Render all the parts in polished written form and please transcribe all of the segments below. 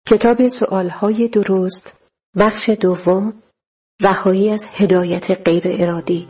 کتاب سؤالهای درست، بخش دوم، رهایی از هدایت غیر ارادی.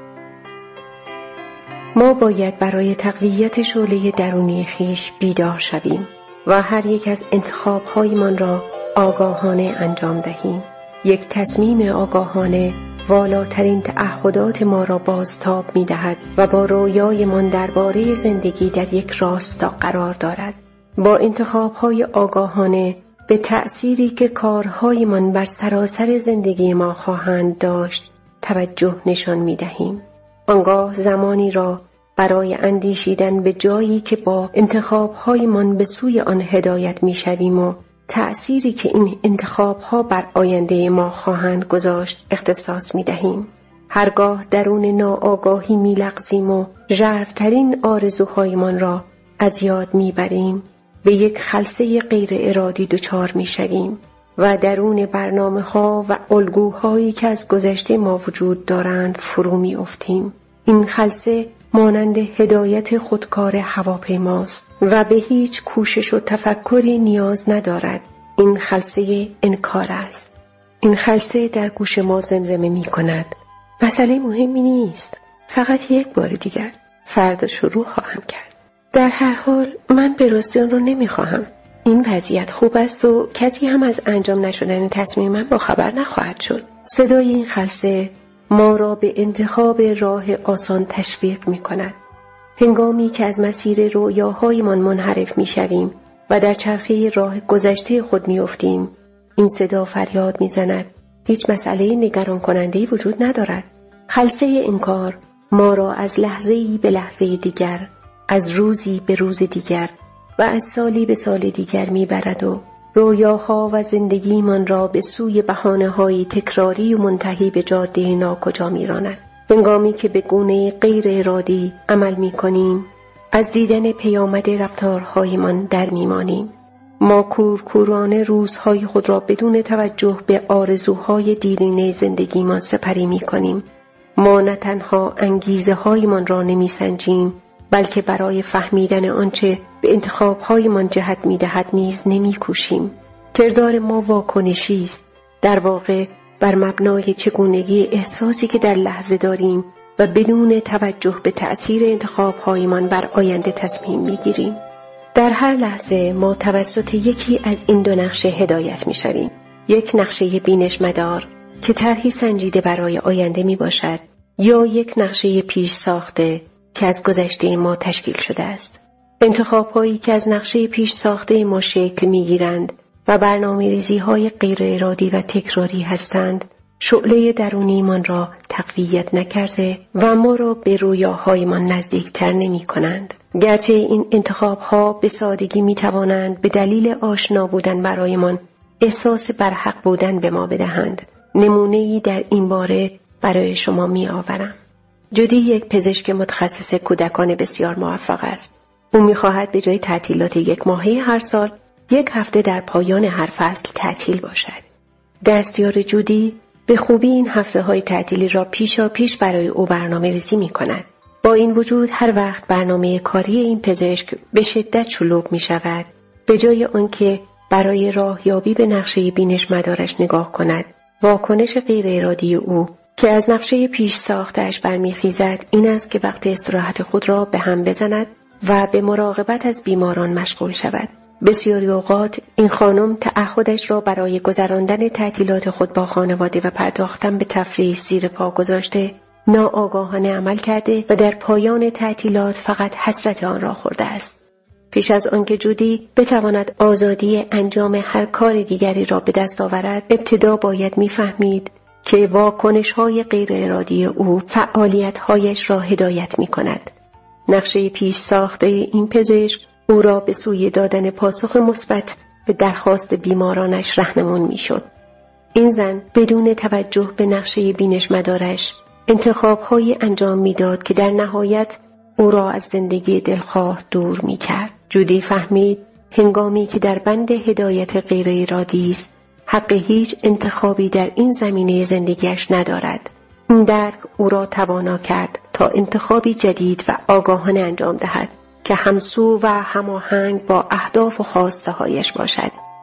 ما باید برای تقویت شعله درونی خویش بیدار شویم و هر یک از انتخاب‌هایمان را آگاهانه انجام دهیم. یک تصمیم آگاهانه والاترین تعهدات ما را بازتاب می‌دهد و با رویایمان درباره زندگی در یک راستا قرار دارد. با انتخاب‌های آگاهانه به تأثیری که کارهایمان بر سراسر زندگی ما خواهند داشت توجه نشان می‌دهیم. آنگاه زمانی را برای اندیشیدن به جایی که با انتخاب‌هایمان به سوی آن هدایت می‌شویم و تأثیری که این انتخاب‌ها بر آینده ما خواهند گذاشت اختصاص می‌دهیم. هرگاه درون ناآگاهی می‌لغزیم و ژرف‌ترین آرزوهایمان را از یاد می‌بریم، به یک خلسه غیر ارادی دچار می‌شویم و درون برنامه‌ها و الگوهایی که از گذشته ما وجود دارند فرو می‌افتیم. این خلسه مانند هدایت خودکار هواپیماست و به هیچ کوشش و تفکری نیاز ندارد. این خلسه انکار است. این خلسه در گوش ما زمزمه می‌کند: مسئله مهمی نیست، فقط یک بار دیگر، فردا شروع خواهم کرد. در هر حال من به راستی آن را نمی‌خواهم. این وضعیت خوب است و کسی هم از انجام نشدن تصمیم من با خبر نخواهد شد. صدای این خلسه ما را به انتخاب راه آسان تشویق می‌کند. هنگامی که از مسیر رویاهایمان منحرف می‌شویم و در چرخه راه گذشته خود می‌افتیم، این صدا فریاد می‌زند: هیچ مسئله نگران کننده‌ای وجود ندارد. خلسه انکار ما را از لحظه‌ای به لحظه دیگر، از روزی به روز دیگر و از سالی به سال دیگر می‌برد و رویاها و زندگیمان را به سوی بهانه‌های تکراری و منتهی به جاده ناکجا می‌راند. هنگامی که به گونه غیر ارادی عمل می‌کنیم، از دیدن پیامد رفتارهایمان در می‌مانیم. ما کورکورانه روزهای خود را بدون توجه به آرزوهای دیرینه زندگیمان سپری می‌کنیم. ما نه تنها انگیزه‌هایمان را نمی‌سنجیم، بلکه برای فهمیدن آنچه به انتخاب‌هایمان جهت می‌دهد نیز نمی‌کوشیم. کردار ما واکنشی است، در واقع بر مبنای چگونگی احساسی که در لحظه داریم و بدون توجه به تأثیر انتخاب‌هایمان بر آینده تصمیم می‌گیریم. در هر لحظه ما توسط یکی از این دو نقشه هدایت می‌شویم. یک نقشه بینش مدار که طرحی سنجیده برای آینده می‌باشد، یا یک نقشه پیش ساخته که از گذشته ما تشکیل شده است. انتخاب‌هایی که از نقشه پیش ساخته ما شکل می‌گیرند و برنامه‌ریزی‌های غیر ارادی و تکراری هستند، شعله درونیمان را تقویت نکرده و ما را به رویاهایمان نزدیکتر نمی‌کنند. گرچه این انتخاب‌ها به سادگی می‌توانند به دلیل آشنا بودن برایمان احساس برحق بودن به ما بدهند. نمونه‌ای در این باره برای شما می‌آورم. جودی یک پزشک متخصص کودکان بسیار موفق است. او می‌خواهد به جای تعطیلات یک ماهه هر سال، یک هفته در پایان هر فصل تعطیل باشد. دستیار جودی به خوبی این هفته‌های تعطیلی را پیشاپیش برای او برنامه‌ریزی می‌کند. با این وجود هر وقت برنامه کاری این پزشک به شدت شلوغ می‌شود، به جای آنکه برای راهیابی به نقشه بینش مدارش نگاه کند، واکنش غیر ارادی او که از نقشه پیش ساختش برمیخیزد این است که وقت استراحت خود را به هم بزند و به مراقبت از بیماران مشغول شود. بسیاری اوقات این خانم تعهدش را برای گذراندن تعطیلات خود با خانواده و پرداختن به تفریح زیر پا گذاشته، ناآگاهانه عمل کرده و در پایان تعطیلات فقط حسرت آن را خورده است. پیش از آنکه جودی بتواند آزادی انجام هر کار دیگری را به دست آورد، ابتدا باید میفهمید که واکنش‌های غیر ارادی او فعالیت‌هایش را هدایت می‌کند. نقشه پیش ساخته این پزشک او را به سوی دادن پاسخ مثبت به درخواست بیمارانش راهنمون می‌شد. این زن بدون توجه به نقشه بینش مدارش انتخاب‌هایی انجام می‌داد که در نهایت او را از زندگی دلخواه دور می‌کرد. جودی فهمید هنگامی که در بند هدایت غیر ارادی است، حق هیچ انتخابی در این زمینه زندگیش ندارد. این درک او را توانا کرد تا انتخابی جدید و آگاهانه انجام دهد که همسو و هماهنگ با اهداف و خواسته هایش باشد.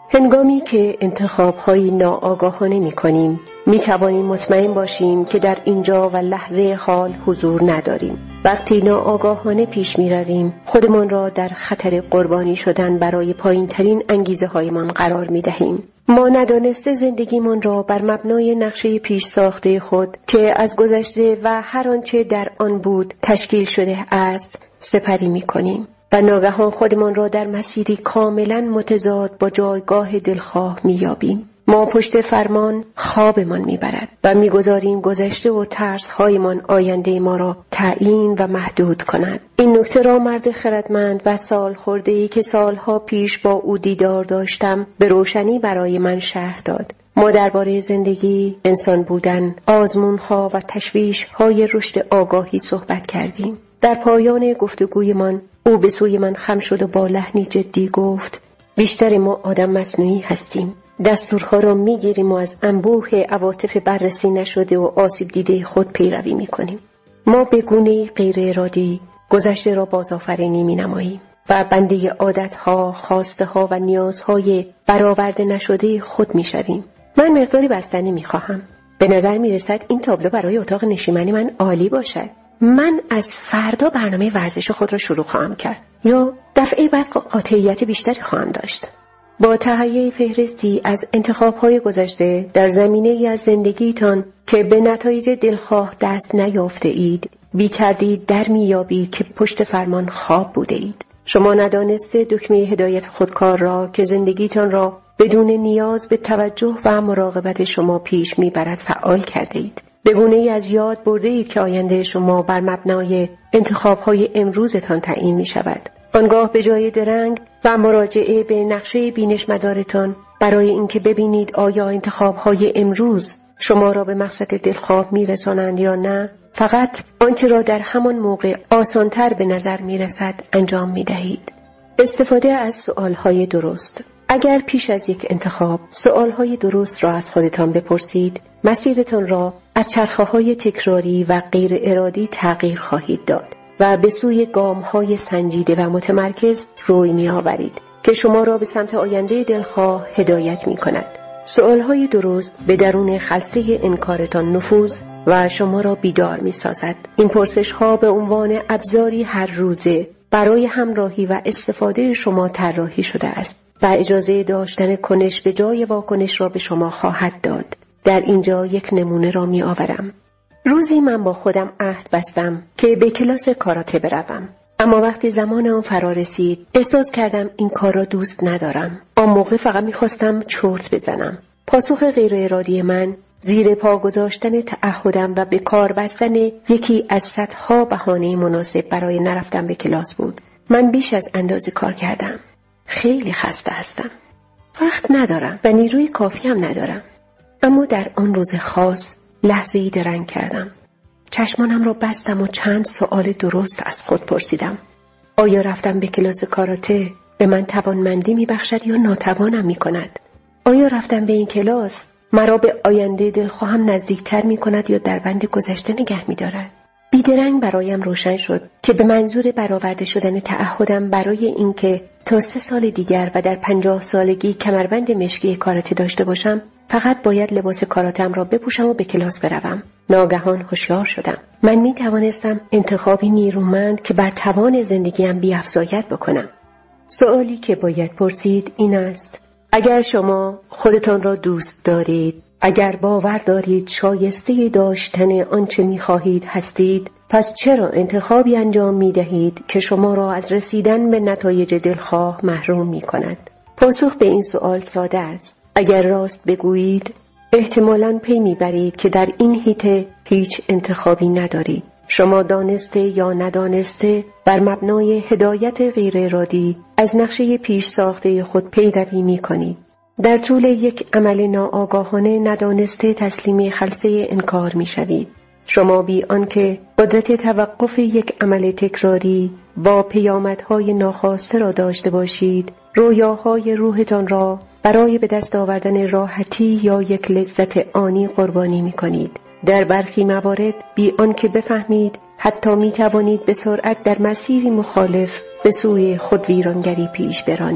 هنگامی که انتخاب‌های ناآگاهانه می‌کنیم، می‌توانیم مطمئن باشیم که در اینجا و لحظه حال حضور نداریم. وقتی ناآگاهانه پیش می‌رویم، خودمان را در خطر قربانی شدن برای پایین‌ترین انگیزه‌هایمان قرار می‌دهیم. ما ندانسته زندگیمان را بر مبنای نقشه پیش ساخته خود که از گذشته و هر آنچه در آن بود تشکیل شده است، سپری می‌کنیم. و ناگهان خودمان را در مسیری کاملا متضاد با جایگاه دلخواه می‌یابیم. ما پشت فرمان خوابمان میبرد و میگذاریم گذشته و ترس‌هایمان آینده ما را تعیین و محدود کند. این نکته را مرد خردمند و سال خورده‌ای که سالها پیش با او دیدار داشتم به روشنی برای من شرح داد. ما درباره زندگی، انسان بودن، آزمون‌ها و تشویش‌های رشد آگاهی صحبت کردیم. در پایان گفتگویمان او به سوی من خم شد و با لحنی جدی گفت: بیشتر ما آدم مصنوعی هستیم. دستورها را میگیریم و از انبوه عواطف بررسی نشده و آسیب دیده خود پیروی میکنیم. ما به گونه‌ای غیر ارادی گذشته را بازآفرینی مینماییم و بنده عادتها، خواسته‌ها و نیازهای برآورده نشده خود میشویم. من مقداری بستنی میخواهم. به نظر میرسد این تابلو برای اتاق نشیمنی من عالی باشد. من از فردا برنامه ورزش خود را شروع خواهم کرد یا دفعه بعد قاطعیت بیشتری خواهم داشت. با تهیه فهرستی از انتخاب‌های گذشته در زمینه‌ای از زندگیتان که به نتایج دلخواه دست نیافته اید، بی تردید در میابید که پشت فرمان خواب بوده اید. شما ندانسته دکمه هدایت خودکار را که زندگیتان را بدون نیاز به توجه و مراقبت شما پیش میبرد فعال کرده اید. به گونه‌ای از یاد برده اید که آینده شما بر مبنای انتخاب‌های امروزتان تعیین می‌شود. آنگاه به جای درنگ و مراجعه به نقشه بینش مدارتان برای اینکه ببینید آیا انتخاب‌های امروز شما را به مقصد دلخواه می‌رسانند یا نه، فقط آنچه را در همان موقع آسان‌تر به نظر می‌رسد انجام می‌دهید. استفاده از سوال‌های درست. اگر پیش از یک انتخاب سوال‌های درست را از خودتان بپرسید، مسیرتان را از چرخه‌های تکراری و غیر ارادی تغییر خواهید داد و به سوی گام‌های سنجیده و متمرکز روی می‌آورید که شما را به سمت آینده دلخواه هدایت می‌کند. سوال‌های درست به درون خلسه انکارتان نفوذ و شما را بیدار می‌سازد. این پرسش‌ها به عنوان ابزاری هر روزه برای همراهی و استفاده شما طراحی شده است و اجازه داشتن کنش به جای واکنش را به شما خواهد داد. در اینجا یک نمونه را می آورم. روزی من با خودم عهد بستم که به کلاس کاراته بروم. اما وقتی زمان آن فرا رسید احساس کردم این کار را دوست ندارم. آن موقع فقط می‌خواستم چرت بزنم. پاسخ غیر ارادی من زیر پا گذاشتن تعهدم و به کار بستن یکی از صدها بهانه مناسب برای نرفتن به کلاس بود. من بیش از اندازه کار کردم. خیلی خسته هستم. وقت ندارم و نیروی کافی هم ندارم. اما در آن روز خاص لحظه‌ای درنگ کردم. چشمانم را بستم و چند سوال درست از خود پرسیدم. آیا رفتم به کلاس کاراته به من توانمندی می‌بخشد یا ناتوانم می‌کند؟ آیا رفتم به این کلاس مرا به آینده دلخواهم نزدیکتر می‌کند یا در بند گذشته نگه می‌دارد؟ بیدرنگ برایم روشن شد که به منظور برآورده شدن تعهدم برای اینکه تا 3 سال دیگر و در 50 سالگی کمربند مشکی کاراته داشته باشم، فقط باید لباس کاراتم را بپوشم و به کلاس بروم. ناگهان هوشیار شدم. من می توانستم انتخابی نیرومند که بر توان زندگیم بیفزاید بکنم. سوالی که باید پرسید این است: اگر شما خودتان را دوست دارید، اگر باور دارید شایسته داشتن آنچه می خواهید هستید، پس چرا انتخابی انجام می دهید که شما را از رسیدن به نتایج دلخواه محروم می کند؟ پاسخ به این سوال ساده است. اگر راست بگویید، احتمالاً پی میبرید که در این حیطه هیچ انتخابی ندارید. شما دانسته یا ندانسته بر مبنای هدایت غیر ارادی از نقشه پیش ساخته خود پیروی میکنید. در طول یک عمل ناآگاهانه ندانسته تسلیم خلسه انکار میشوید. شما بی آنکه قدرت توقف یک عمل تکراری با پیامدهای ناخواسته را داشته باشید، رویاهای روحتان را برای به دست آوردن راحتی یا یک لذت آنی قربانی می کنید. در برخی موارد بی آنکه بفهمید حتی می توانید به سرعت در مسیری مخالف به سوی خودویرانگری پیش برانید.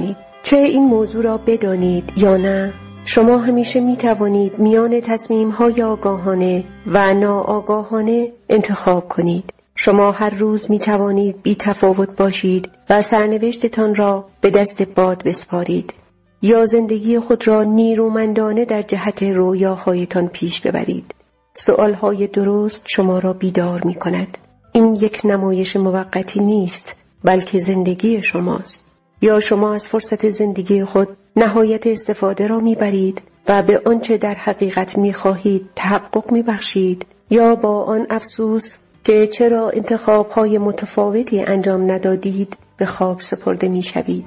چه این موضوع را بدانید یا نه، شما همیشه می توانید میان تصمیم‌های آگاهانه و ناآگاهانه انتخاب کنید. شما هر روز می توانید بی تفاوت باشید و سرنوشتتان را به دست باد بسپارید یا زندگی خود را نیرومندانه در جهت رویاهایتان پیش ببرید. سؤالهای درست شما را بیدار می کند. این یک نمایش موقتی نیست، بلکه زندگی شماست. یا شما از فرصت زندگی خود نهایت استفاده را میبرید و به آنچه در حقیقت میخواهید تحقق میبخشید، یا با آن افسوس که چرا انتخابهای متفاوتی انجام ندادید به خاک سپرده میشوید.